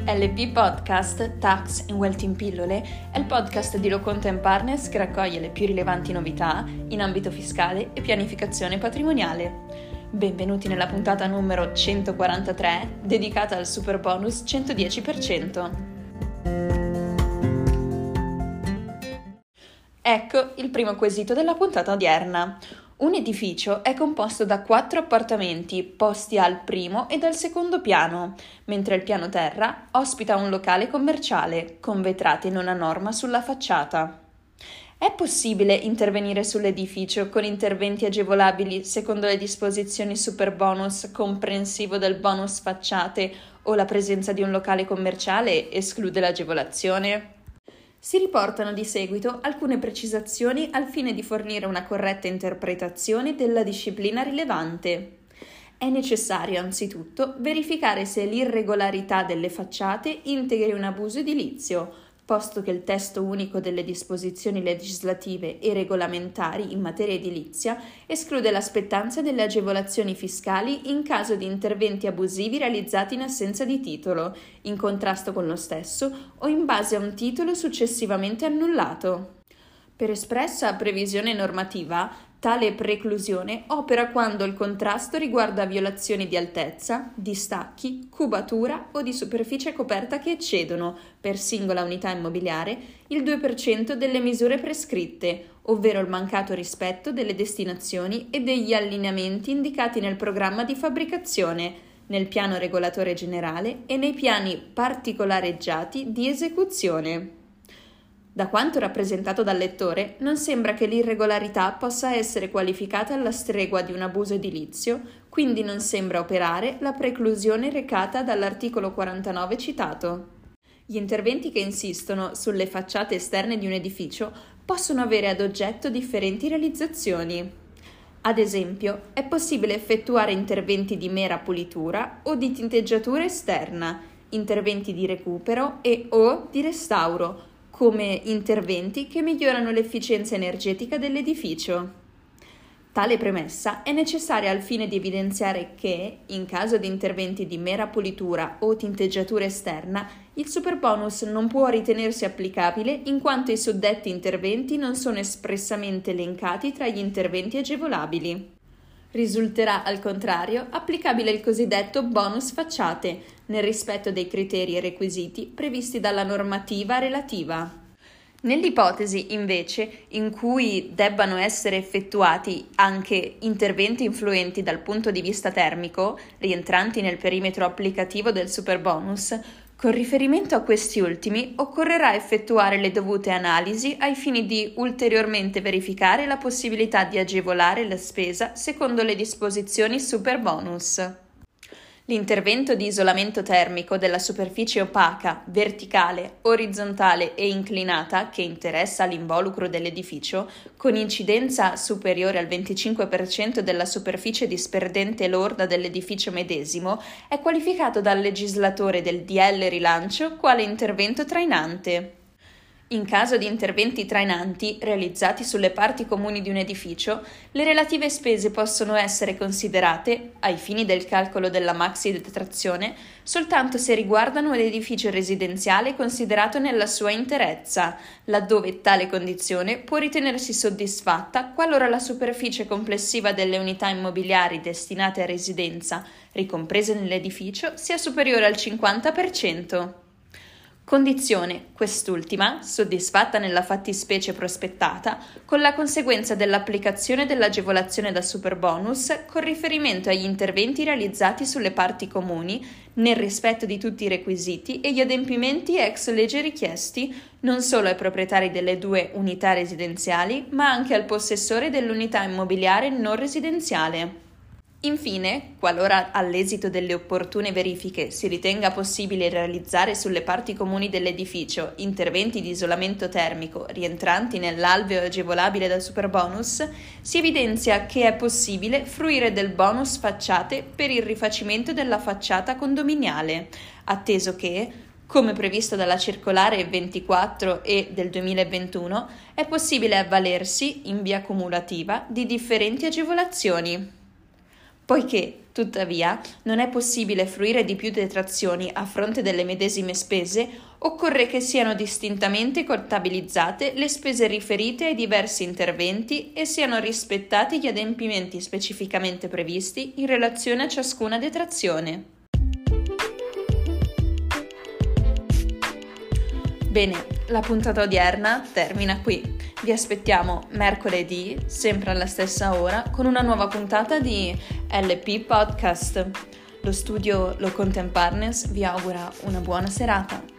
LP Podcast Tax and Wealth in pillole è il podcast di Loconte & Partners che raccoglie le più rilevanti novità in ambito fiscale e pianificazione patrimoniale. Benvenuti nella puntata numero 143 dedicata al super bonus 110%. Ecco il primo quesito della puntata odierna. Un edificio è composto da 4 appartamenti posti al primo e al secondo piano, mentre il piano terra ospita un locale commerciale con vetrate non a norma sulla facciata. È possibile intervenire sull'edificio con interventi agevolabili secondo le disposizioni super bonus comprensivo del bonus facciate o la presenza di un locale commerciale esclude l'agevolazione? Si riportano di seguito alcune precisazioni al fine di fornire una corretta interpretazione della disciplina rilevante. È necessario anzitutto verificare se l'irregolarità delle facciate integri un abuso edilizio, posto che il testo unico delle disposizioni legislative e regolamentari in materia edilizia esclude la spettanza delle agevolazioni fiscali in caso di interventi abusivi realizzati in assenza di titolo, in contrasto con lo stesso o in base a un titolo successivamente annullato. Per espressa previsione normativa, tale preclusione opera quando il contrasto riguarda violazioni di altezza, di stacchi, cubatura o di superficie coperta che eccedono, per singola unità immobiliare, il 2% delle misure prescritte, ovvero il mancato rispetto delle destinazioni e degli allineamenti indicati nel programma di fabbricazione, nel piano regolatore generale e nei piani particolareggiati di esecuzione. Da quanto rappresentato dal lettore, non sembra che l'irregolarità possa essere qualificata alla stregua di un abuso edilizio, quindi non sembra operare la preclusione recata dall'articolo 49 citato. Gli interventi che insistono sulle facciate esterne di un edificio possono avere ad oggetto differenti realizzazioni. Ad esempio, è possibile effettuare interventi di mera pulitura o di tinteggiatura esterna, interventi di recupero o di restauro, come interventi che migliorano l'efficienza energetica dell'edificio. Tale premessa è necessaria al fine di evidenziare che, in caso di interventi di mera pulitura o tinteggiatura esterna, il superbonus non può ritenersi applicabile in quanto i suddetti interventi non sono espressamente elencati tra gli interventi agevolabili. Risulterà, al contrario, applicabile il cosiddetto bonus facciate, nel rispetto dei criteri e requisiti previsti dalla normativa relativa. Nell'ipotesi, invece, in cui debbano essere effettuati anche interventi influenti dal punto di vista termico, rientranti nel perimetro applicativo del superbonus, con riferimento a questi ultimi, occorrerà effettuare le dovute analisi ai fini di ulteriormente verificare la possibilità di agevolare la spesa secondo le disposizioni superbonus. L'intervento di isolamento termico della superficie opaca, verticale, orizzontale e inclinata che interessa l'involucro dell'edificio, con incidenza superiore al 25% della superficie disperdente lorda dell'edificio medesimo, è qualificato dal legislatore del DL Rilancio quale intervento trainante. In caso di interventi trainanti realizzati sulle parti comuni di un edificio, le relative spese possono essere considerate, ai fini del calcolo della maxi detrazione, soltanto se riguardano l'edificio residenziale considerato nella sua interezza, laddove tale condizione può ritenersi soddisfatta qualora la superficie complessiva delle unità immobiliari destinate a residenza, ricomprese nell'edificio, sia superiore al 50%. Condizione, quest'ultima, soddisfatta nella fattispecie prospettata, con la conseguenza dell'applicazione dell'agevolazione da superbonus con riferimento agli interventi realizzati sulle parti comuni, nel rispetto di tutti i requisiti e gli adempimenti ex legge richiesti, non solo ai proprietari delle 2 unità residenziali, ma anche al possessore dell'unità immobiliare non residenziale. Infine, qualora all'esito delle opportune verifiche si ritenga possibile realizzare sulle parti comuni dell'edificio interventi di isolamento termico rientranti nell'alveo agevolabile dal superbonus, si evidenzia che è possibile fruire del bonus facciate per il rifacimento della facciata condominiale, atteso che, come previsto dalla circolare 24 e del 2021, è possibile avvalersi, in via cumulativa, di differenti agevolazioni. Poiché, tuttavia, non è possibile fruire di più detrazioni a fronte delle medesime spese, occorre che siano distintamente contabilizzate le spese riferite ai diversi interventi e siano rispettati gli adempimenti specificamente previsti in relazione a ciascuna detrazione. Bene, la puntata odierna termina qui. Vi aspettiamo mercoledì, sempre alla stessa ora, con una nuova puntata di LP Podcast. Lo studio Low Content Partners vi augura una buona serata.